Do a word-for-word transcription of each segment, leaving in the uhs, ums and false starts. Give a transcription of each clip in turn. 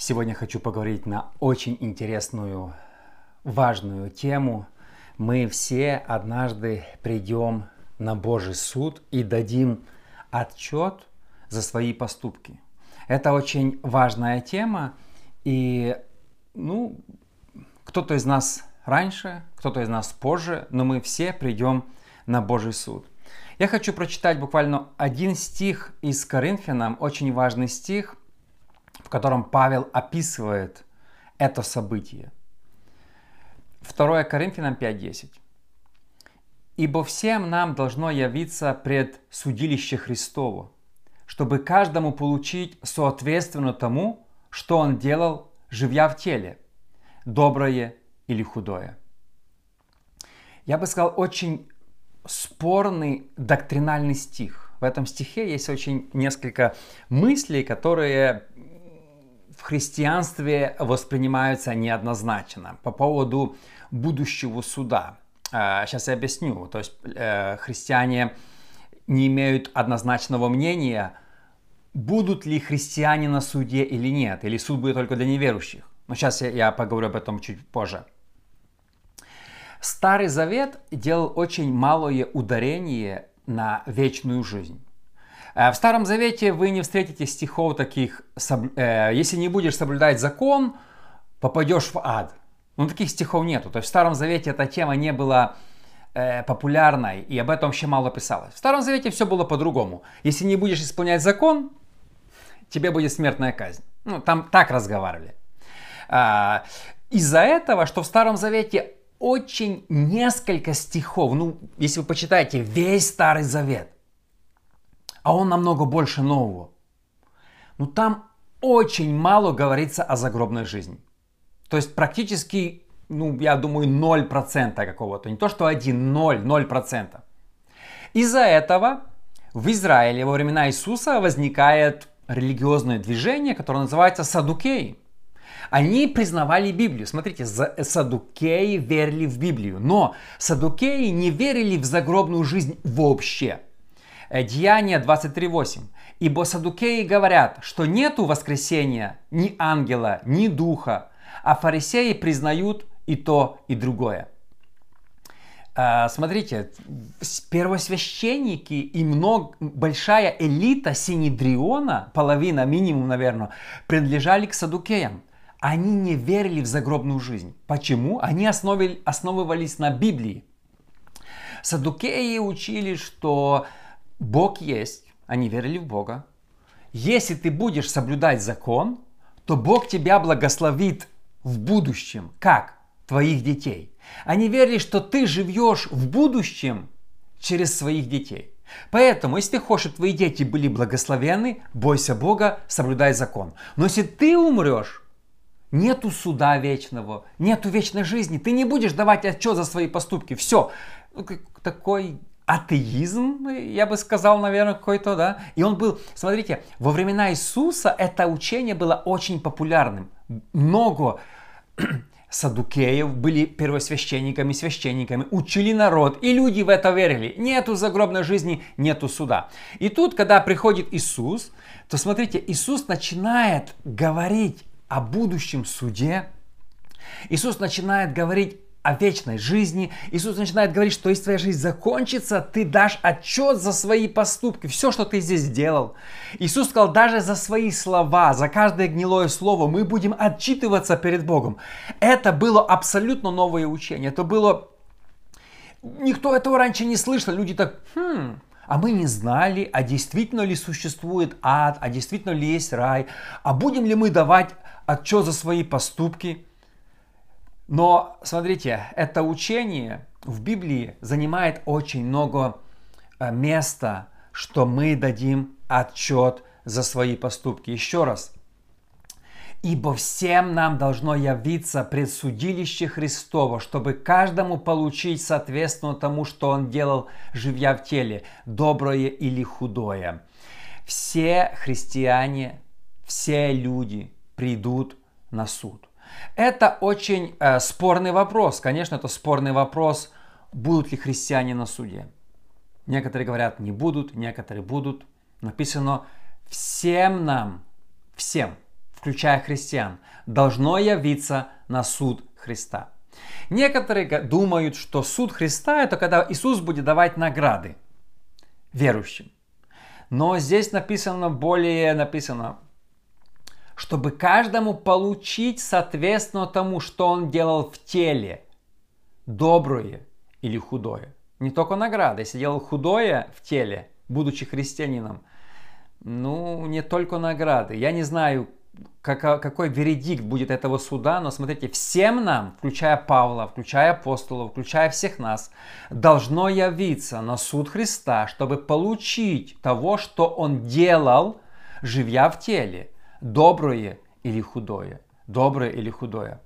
Сегодня хочу поговорить на очень интересную, важную тему. Мы все однажды придем на Божий суд и дадим отчет за свои поступки. Это очень важная тема, и ну, кто-то из нас раньше, кто-то из нас позже, но мы все придем на Божий суд. Я хочу прочитать буквально один стих из Коринфянам, очень важный стих, в котором Павел описывает это событие. второе Коринфянам пять десять. «Ибо всем нам должно явиться пред судилище Христово, чтобы каждому получить соответственно тому, что он делал, живя в теле, доброе или худое». Я бы сказал, очень спорный доктринальный стих. В этом стихе есть очень несколько мыслей, которые в христианстве воспринимаются неоднозначно по поводу будущего суда. Сейчас я объясню. То есть христиане не имеют однозначного мнения, будут ли христиане на суде или нет, или суд будет только для неверующих. Но сейчас я, я поговорю об этом чуть позже. Старый Завет делал очень малое ударение на вечную жизнь. В Старом Завете вы не встретите стихов таких, если не будешь соблюдать закон, попадешь в ад. Ну, таких стихов нету. То есть в Старом Завете эта тема не была популярной, и об этом вообще мало писалось. В Старом Завете все было по-другому. Если не будешь исполнять закон, тебе будет смертная казнь. Ну, там так разговаривали. Из-за этого, что в Старом Завете очень несколько стихов, ну, если вы почитаете весь Старый Завет, а он намного больше нового, ну, там очень мало говорится о загробной жизни. То есть практически, ну, я думаю, ноль процентов какого-то. Не то, что один, ноль, ноль процентов. Из-за этого в Израиле во времена Иисуса возникает религиозное движение, которое называется саддукеи. Они признавали Библию. Смотрите, саддукеи верили в Библию, но саддукеи не верили в загробную жизнь вообще. Деяния двадцать три восемь. «Ибо саддукеи говорят, что нету воскресения ни ангела, ни духа, а фарисеи признают и то, и другое». Смотрите, первосвященники и много, большая элита Синедриона, половина минимум, наверное, принадлежали к саддукеям. Они не верили в загробную жизнь. Почему? Они основывали, основывались на Библии. Саддукеи учили, что Бог есть. Они верили в Бога. Если ты будешь соблюдать закон, то Бог тебя благословит в будущем. Как? Твоих детей. Они верили, что ты живешь в будущем через своих детей. Поэтому, если ты хочешь, чтобы твои дети были благословенны, бойся Бога, соблюдай закон. Но если ты умрешь, нету суда вечного, нету вечной жизни, ты не будешь давать отчет за свои поступки. Все. Такой атеизм, я бы сказал, наверное, какой-то, да. И он был, смотрите, во времена Иисуса это учение было очень популярным. Много саддукеев были первосвященниками, священниками, учили народ, и люди в это верили. Нету загробной жизни, нету суда. И тут, когда приходит Иисус, то смотрите, Иисус начинает говорить о будущем суде. Иисус начинает говорить о вечной жизни. Иисус начинает говорить, что если твоя жизнь закончится, ты дашь отчет за свои поступки, все, что ты здесь делал. Иисус сказал, даже за свои слова, за каждое гнилое слово мы будем отчитываться перед Богом. Это было абсолютно новое учение. Это было... Никто этого раньше не слышал. Люди так, хм... А мы не знали, а действительно ли существует ад, а действительно ли есть рай, а будем ли мы давать отчет за свои поступки. Но, смотрите, это учение в Библии занимает очень много места, что мы дадим отчет за свои поступки. Еще раз. «Ибо всем нам должно явиться пред судилище Христово, чтобы каждому получить соответственно тому, что он делал, живя в теле, доброе или худое». Все христиане, все люди придут на суд. Это очень э, спорный вопрос. Конечно, это спорный вопрос, будут ли христиане на суде. Некоторые говорят, не будут, некоторые будут. Написано, всем нам, всем, включая христиан, должно явиться на суд Христа. Некоторые думают, что суд Христа — это когда Иисус будет давать награды верующим. Но здесь написано более, написано, чтобы каждому получить соответственно тому, что он делал в теле, доброе или худое. Не только награда. Если делал худое в теле, будучи христианином, ну, не только награды. Я не знаю, как, какой вердикт будет этого суда, но смотрите, всем нам, включая Павла, включая апостолов, включая всех нас, должно явиться на суд Христа, чтобы получить того, что он делал, живя в теле, доброе или худое. Доброе или худое.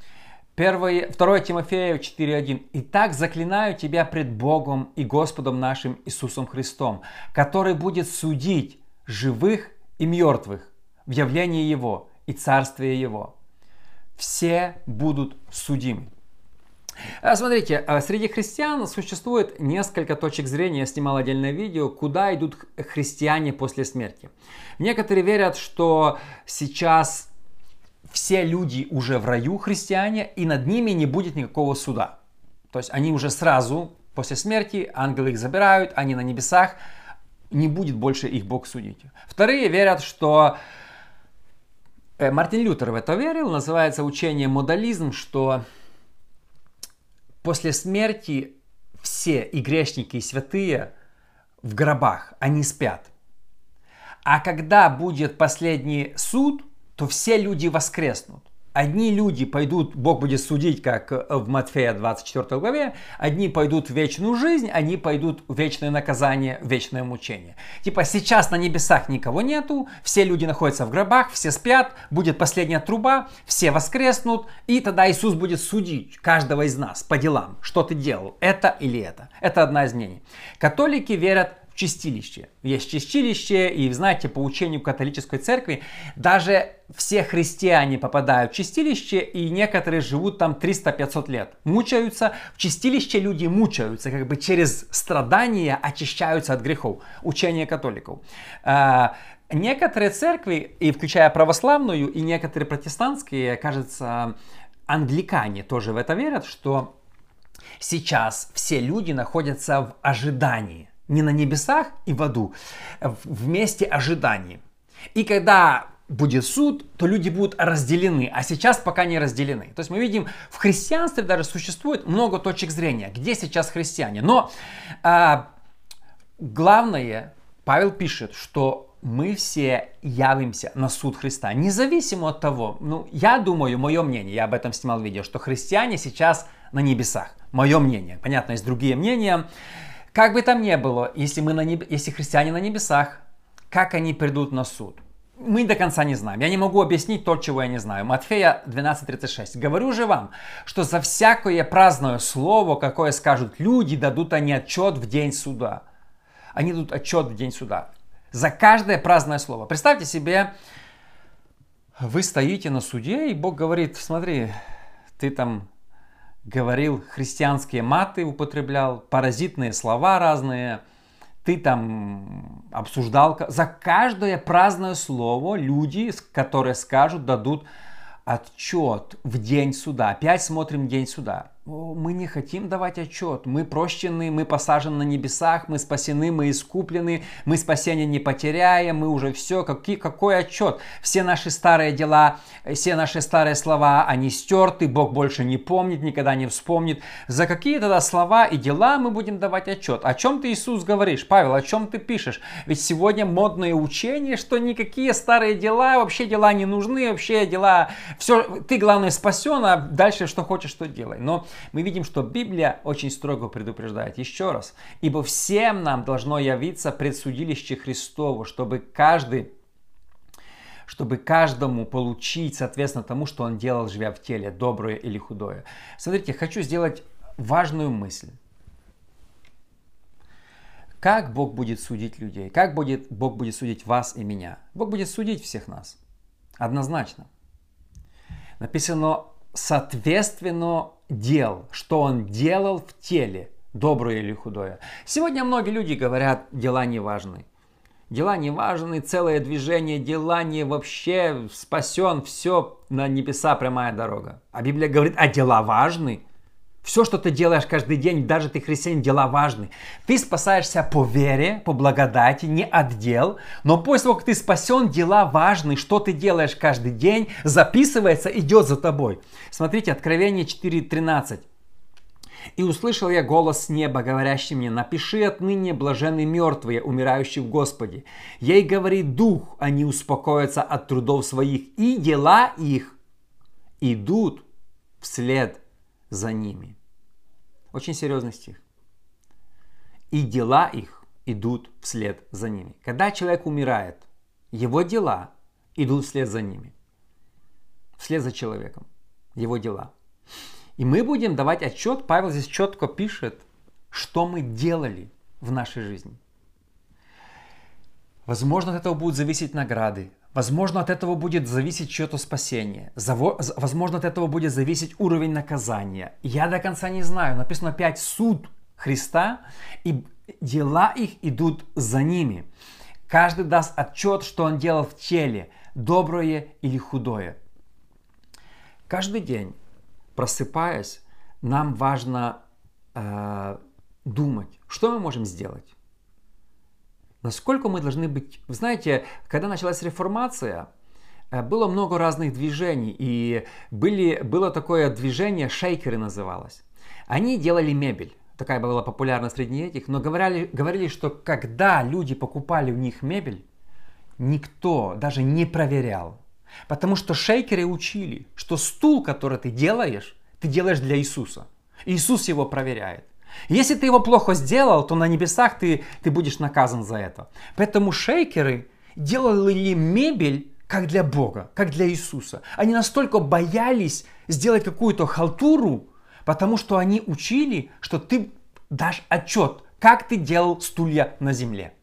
второе Тимофею четыре один. «Итак, заклинаю тебя пред Богом и Господом нашим Иисусом Христом, который будет судить живых и мертвых в явлении Его и Царствие Его». Все будут судимы. Смотрите, среди христиан существует несколько точек зрения, я снимал отдельное видео, куда идут христиане после смерти. Некоторые верят, что сейчас все люди уже в раю, христиане, и над ними не будет никакого суда. То есть они уже сразу после смерти, ангелы их забирают, они на небесах, не будет больше их Бог судить. Вторые верят, что Мартин Лютер в это верил, называется учение модализм, что после смерти все и грешники, и святые в гробах, они спят. А когда будет последний суд, то все люди воскреснут. Одни люди пойдут, Бог будет судить, как в Матфея двадцать четвёртой главе, одни пойдут в вечную жизнь, одни пойдут в вечное наказание, в вечное мучение. Типа сейчас на небесах никого нету, все люди находятся в гробах, все спят, будет последняя труба, все воскреснут, и тогда Иисус будет судить каждого из нас по делам, что ты делал, это или это. Это одна из мнений. Католики верят в чистилище. Есть чистилище, и знаете, по учению католической церкви, даже все христиане попадают в чистилище, и некоторые живут там триста-пятьсот лет. Мучаются. В чистилище люди мучаются, как бы через страдания очищаются от грехов. Учение католиков. А, некоторые церкви, и включая православную, и некоторые протестантские, кажется, англикане тоже в это верят, что сейчас все люди находятся в ожидании. Не на небесах и в аду, в месте ожидания. И когда будет суд, то люди будут разделены, а сейчас пока не разделены. То есть мы видим, в христианстве даже существует много точек зрения, где сейчас христиане. Но а, главное, Павел пишет, что мы все явимся на суд Христа, независимо от того, ну, я думаю, мое мнение, я об этом снимал видео, что христиане сейчас на небесах. Мое мнение. Понятно, есть другие мнения. Как бы там ни было, если, мы на неб... если христиане на небесах, как они придут на суд? Мы до конца не знаем. Я не могу объяснить то, чего я не знаю. Матфея двенадцать тридцать шесть. «Говорю же вам, что за всякое праздное слово, какое скажут люди, дадут они отчет в день суда». Они дадут отчет в день суда. За каждое праздное слово. Представьте себе, вы стоите на суде, и Бог говорит: смотри, ты там говорил христианские маты, употреблял, паразитные слова разные, ты там обсуждал. За каждое праздное слово люди, которые скажут, дадут отчет в день суда. Опять смотрим день суда. О, мы не хотим давать отчет. Мы прощены, мы посажены на небесах, мы спасены, мы искуплены, мы спасение не потеряем, мы уже все. Какой, какой отчет? Все наши старые дела, все наши старые слова, они стерты, Бог больше не помнит, никогда не вспомнит. За какие тогда слова и дела мы будем давать отчет? О чем ты, Иисус, говоришь? Павел, о чем ты пишешь? Ведь сегодня модное учение, что никакие старые дела, вообще дела не нужны, вообще дела... Все, ты, главное, спасен, а дальше что хочешь, что делай. Но мы видим, что Библия очень строго предупреждает. Еще раз. «Ибо всем нам должно явиться предсудилище Христово, чтобы каждый, чтобы каждому получить, соответственно, тому, что он делал, живя в теле, доброе или худое». Смотрите, хочу сделать важную мысль. Как Бог будет судить людей? Как будет, Бог будет судить вас и меня? Бог будет судить всех нас. Однозначно. Написано соответственно дел, что он делал в теле, доброе или худое. Сегодня многие люди говорят, дела не важны. Дела не важны, целое движение, дела не вообще спасен, все на небеса прямая дорога. А Библия говорит, а дела важны. Все, что ты делаешь каждый день, даже ты христианин, дела важны. Ты спасаешься по вере, по благодати, не от дел. Но после того, как ты спасен, дела важны. Что ты делаешь каждый день, записывается, идет за тобой. Смотрите, Откровение четыре тринадцать. «И услышал я голос с неба, говорящий мне, напиши отныне блаженны мертвые, умирающие в Господе. Ей говорит дух, они успокоятся от трудов своих, и дела их идут вслед за ними». Очень серьезный стих. И дела их идут вслед за ними. Когда человек умирает, его дела идут вслед за ними. Вслед за человеком. Его дела. И мы будем давать отчет, Павел здесь четко пишет, что мы делали в нашей жизни. Возможно, от этого будут зависеть награды. Возможно, от этого будет зависеть чье-то спасение. Возможно, от этого будет зависеть уровень наказания. Я до конца не знаю. Написано опять суд Христа, и дела их идут за ними. Каждый даст отчет, что он делал в теле, доброе или худое. Каждый день, просыпаясь, нам важно э, думать, что мы можем сделать. Насколько мы должны быть... Вы знаете, когда началась реформация, было много разных движений. И были, было такое движение, шейкеры называлось. Они делали мебель. Такая была популярна среди этих. Но говорили, говорили, что когда люди покупали у них мебель, никто даже не проверял. Потому что шейкеры учили, что стул, который ты делаешь, ты делаешь для Иисуса. Иисус его проверяет. Если ты его плохо сделал, то на небесах ты, ты будешь наказан за это. Поэтому шейкеры делали мебель как для Бога, как для Иисуса. Они настолько боялись сделать какую-то халтуру, потому что они учили, что ты дашь отчет, как ты делал стулья на земле.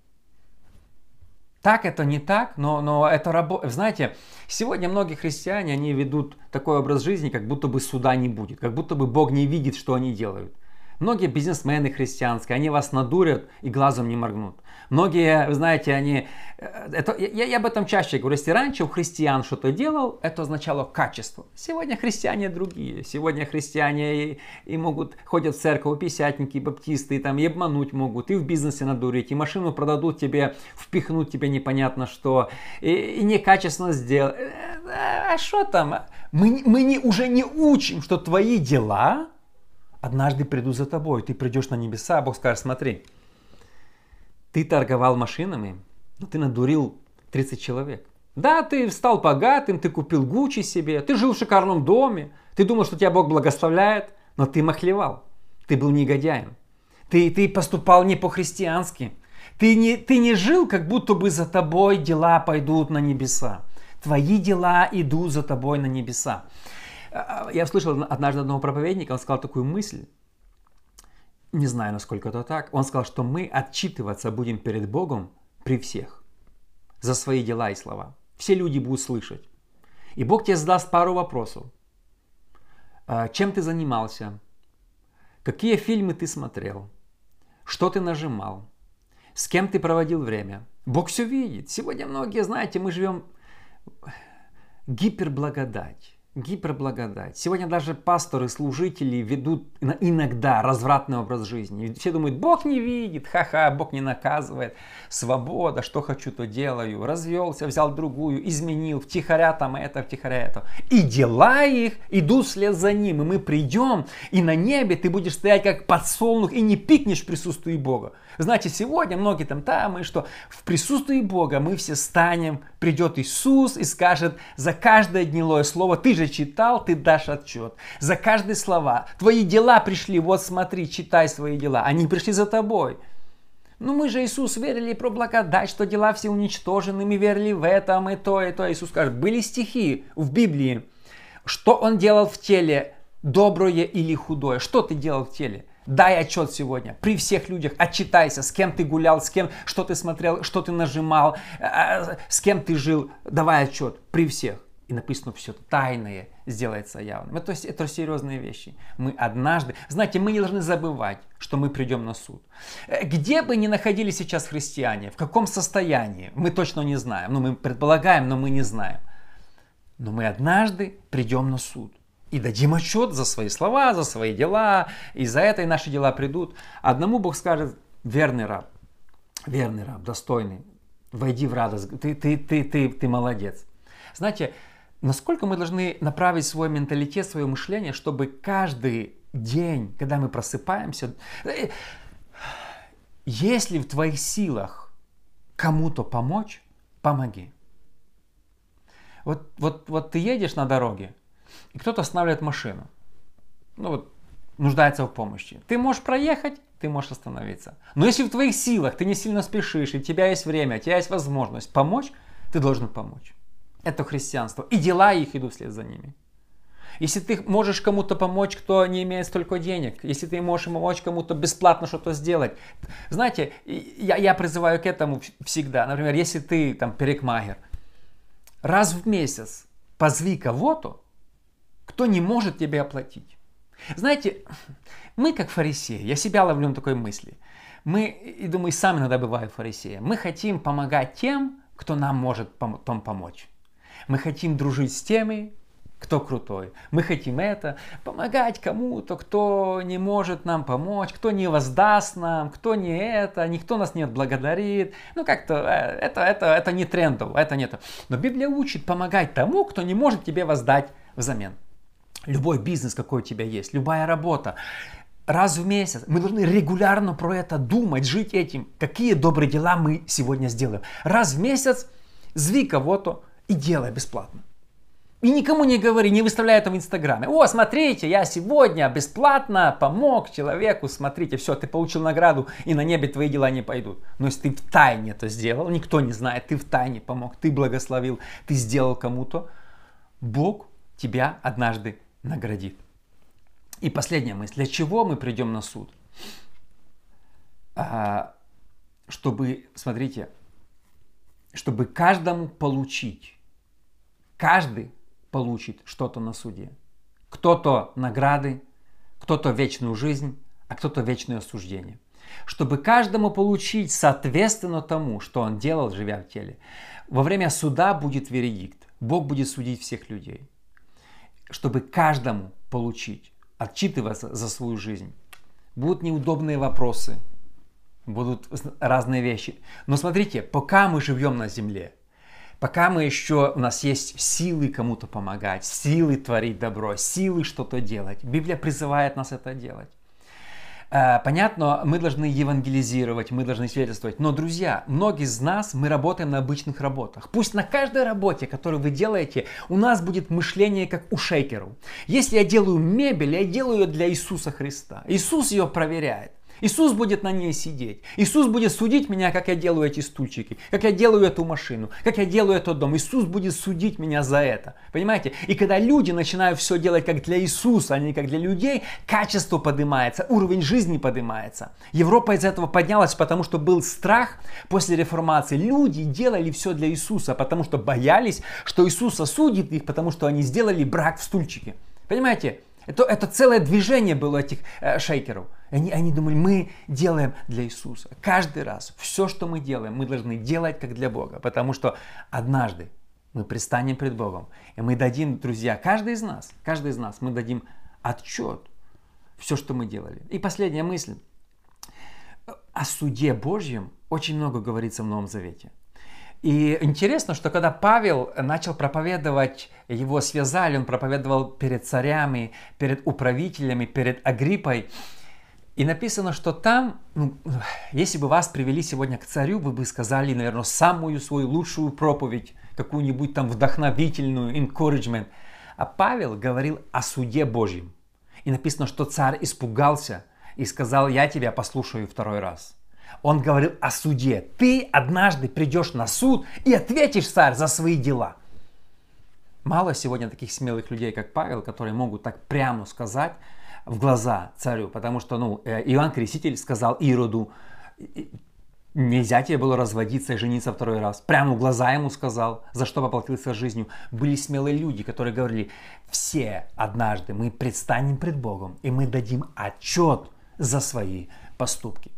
Так это не так, но, но это работает. Знаете, сегодня многие христиане, они ведут такой образ жизни, как будто бы суда не будет, как будто бы Бог не видит, что они делают. Многие бизнесмены христианские, они вас надурят и глазом не моргнут. Многие, вы знаете, они... Это, я, я об этом чаще говорю. Если раньше у христиан что-то делал, это означало качество. Сегодня христиане другие. Сегодня христиане и, и могут ходят в церковь, пятидесятники, баптисты, и, там, и обмануть могут, и в бизнесе надурить, и машину продадут тебе, впихнут тебе непонятно что, и, и некачественно сделать. А что там? Мы, мы не, уже не учим, что твои дела... однажды придут за тобой, ты придешь на небеса, а Бог скажет, смотри, ты торговал машинами, но ты надурил тридцать человек. Да, ты стал богатым, ты купил Гуччи себе, ты жил в шикарном доме, ты думал, что тебя Бог благословляет, но ты махлевал, ты был негодяем, ты, ты поступал не по-христиански, ты не, ты не жил, как будто бы за тобой дела пойдут на небеса. Твои дела идут за тобой на небеса. Я слышал однажды одного проповедника, он сказал такую мысль, не знаю, насколько это так, он сказал, что мы отчитываться будем перед Богом при всех за свои дела и слова. Все люди будут слышать. И Бог тебе задаст пару вопросов. Чем ты занимался? Какие фильмы ты смотрел? Что ты нажимал? С кем ты проводил время? Бог все видит. Сегодня многие, знаете, мы живем гиперблагодать. Гиперблагодать. Сегодня даже пасторы, служители ведут иногда развратный образ жизни. Все думают, Бог не видит, ха-ха, Бог не наказывает. Свобода, что хочу, то делаю. Развелся, взял другую, изменил, втихаря там это, втихаря это. И дела их идут вслед за ним. И мы придем, и на небе ты будешь стоять как подсолнух и не пикнешь в присутствии Бога. Знаете, сегодня многие там, там и что, в присутствии Бога мы все станем, придет Иисус и скажет, за каждое гнилое слово ты же читал, ты дашь отчет. За каждые слова. Твои дела пришли, вот смотри, читай свои дела. Они пришли за тобой. Ну мы же Иисус верили про благодать, что дела все уничтожены, мы верили в это, мы то и то. Иисус скажет, были стихи в Библии, что Он делал в теле, доброе или худое. Что ты делал в теле? Дай отчет сегодня при всех людях, отчитайся, с кем ты гулял, с кем, что ты смотрел, что ты нажимал, с кем ты жил. Давай отчет при всех. И написано все тайное, сделается явным. Это, это серьезные вещи. Мы однажды... Знаете, мы не должны забывать, что мы придем на суд. Где бы ни находились сейчас христиане, в каком состоянии, мы точно не знаем. Ну, мы предполагаем, но мы не знаем. Но мы однажды придем на суд. И дадим отчет за свои слова, за свои дела. И за это и наши дела придут. Одному Бог скажет: верный раб, верный раб, достойный, войди в радость. Ты, ты, ты, ты, ты молодец. Знаете, насколько мы должны направить свой менталитет, свое мышление, чтобы каждый день, когда мы просыпаемся, если в твоих силах кому-то помочь, помоги. Вот, вот, вот ты едешь на дороге, и кто-то останавливает машину. Ну вот, нуждается в помощи. Ты можешь проехать, ты можешь остановиться. Но если в твоих силах ты не сильно спешишь, и у тебя есть время, у тебя есть возможность помочь, ты должен помочь. Это христианство. И дела их идут вслед за ними. Если ты можешь кому-то помочь, кто не имеет столько денег, если ты можешь помочь кому-то бесплатно что-то сделать. Знаете, я, я призываю к этому всегда. Например, если ты там парикмахер, раз в месяц позови кого-то, кто не может тебе оплатить. Знаете, мы как фарисеи, я себя ловлю на такой мысли. Мы, и думаю, сами иногда бывают фарисеи. Мы хотим помогать тем, кто нам может пом- пом- помочь. Мы хотим дружить с теми, кто крутой. Мы хотим это, помогать кому-то, кто не может нам помочь, кто не воздаст нам, кто не это, никто нас не отблагодарит. Ну как-то это, это, это не трендово, это не это. Но Библия учит помогать тому, кто не может тебе воздать взамен. Любой бизнес, какой у тебя есть, любая работа. Раз в месяц мы должны регулярно про это думать, жить этим. Какие добрые дела мы сегодня сделаем. Раз в месяц зови кого-то и делай бесплатно. И никому не говори, не выставляй это в Инстаграме. О, смотрите, я сегодня бесплатно помог человеку, смотрите, все, ты получил награду, и на небе твои дела не пойдут. Но если ты в тайне это сделал, никто не знает, ты в тайне помог, ты благословил, ты сделал кому-то, Бог тебя однажды наградит. И последняя мысль. Для чего мы придем на суд? А, чтобы, смотрите, чтобы каждому получить. Каждый получит что-то на суде. Кто-то награды, кто-то вечную жизнь, а кто-то вечное осуждение. Чтобы каждому получить соответственно тому, что он делал, живя в теле. Во время суда будет вердикт. Бог будет судить всех людей. Чтобы каждому получить, отчитываться за свою жизнь. Будут неудобные вопросы, будут разные вещи. Но смотрите, пока мы живем на земле, пока мы еще, у нас есть силы кому-то помогать, силы творить добро, силы что-то делать, Библия призывает нас это делать. Понятно, мы должны евангелизировать, мы должны свидетельствовать. Но, друзья, многие из нас, мы работаем на обычных работах. Пусть на каждой работе, которую вы делаете, у нас будет мышление как у шейкеров. Если я делаю мебель, я делаю ее для Иисуса Христа. Иисус ее проверяет. Иисус будет на ней сидеть. Иисус будет судить меня, как я делаю эти стульчики, как я делаю эту машину, как я делаю этот дом. Иисус будет судить меня за это. Понимаете? И когда люди начинают все делать как для Иисуса, а не как для людей, качество поднимается, уровень жизни поднимается. Европа из этого поднялась, потому что был страх после реформации. Люди делали все для Иисуса, потому что боялись, что Иисус осудит их, потому что они сделали брак в стульчике. Понимаете? Это, это целое движение было этих э, шейкеров. Они, они думали, мы делаем для Иисуса. Каждый раз все, что мы делаем, мы должны делать как для Бога. Потому что однажды мы предстанем пред Богом. И мы дадим, друзья, каждый из нас, каждый из нас, мы дадим отчет. Все, что мы делали. И последняя мысль. О суде Божьем очень много говорится в Новом Завете. И интересно, что когда Павел начал проповедовать, его связали, он проповедовал перед царями, перед управителями, перед Агриппой. И написано, что там, ну, если бы вас привели сегодня к царю, вы бы сказали, наверное, самую свою лучшую проповедь, какую-нибудь там вдохновительную, encouragement. А Павел говорил о суде Божьем. И написано, что царь испугался и сказал, я тебя послушаю второй раз. Он говорил о суде. Ты однажды придешь на суд и ответишь, царь, за свои дела. Мало сегодня таких смелых людей, как Павел, которые могут так прямо сказать в глаза царю. Потому что ну, Иоанн Креститель сказал Ироду, Нельзя тебе было разводиться и жениться второй раз. Прямо в глаза ему сказал, за что поплатился жизнью. Были смелые люди, которые говорили, все однажды мы предстанем пред Богом, и мы дадим отчет за свои поступки.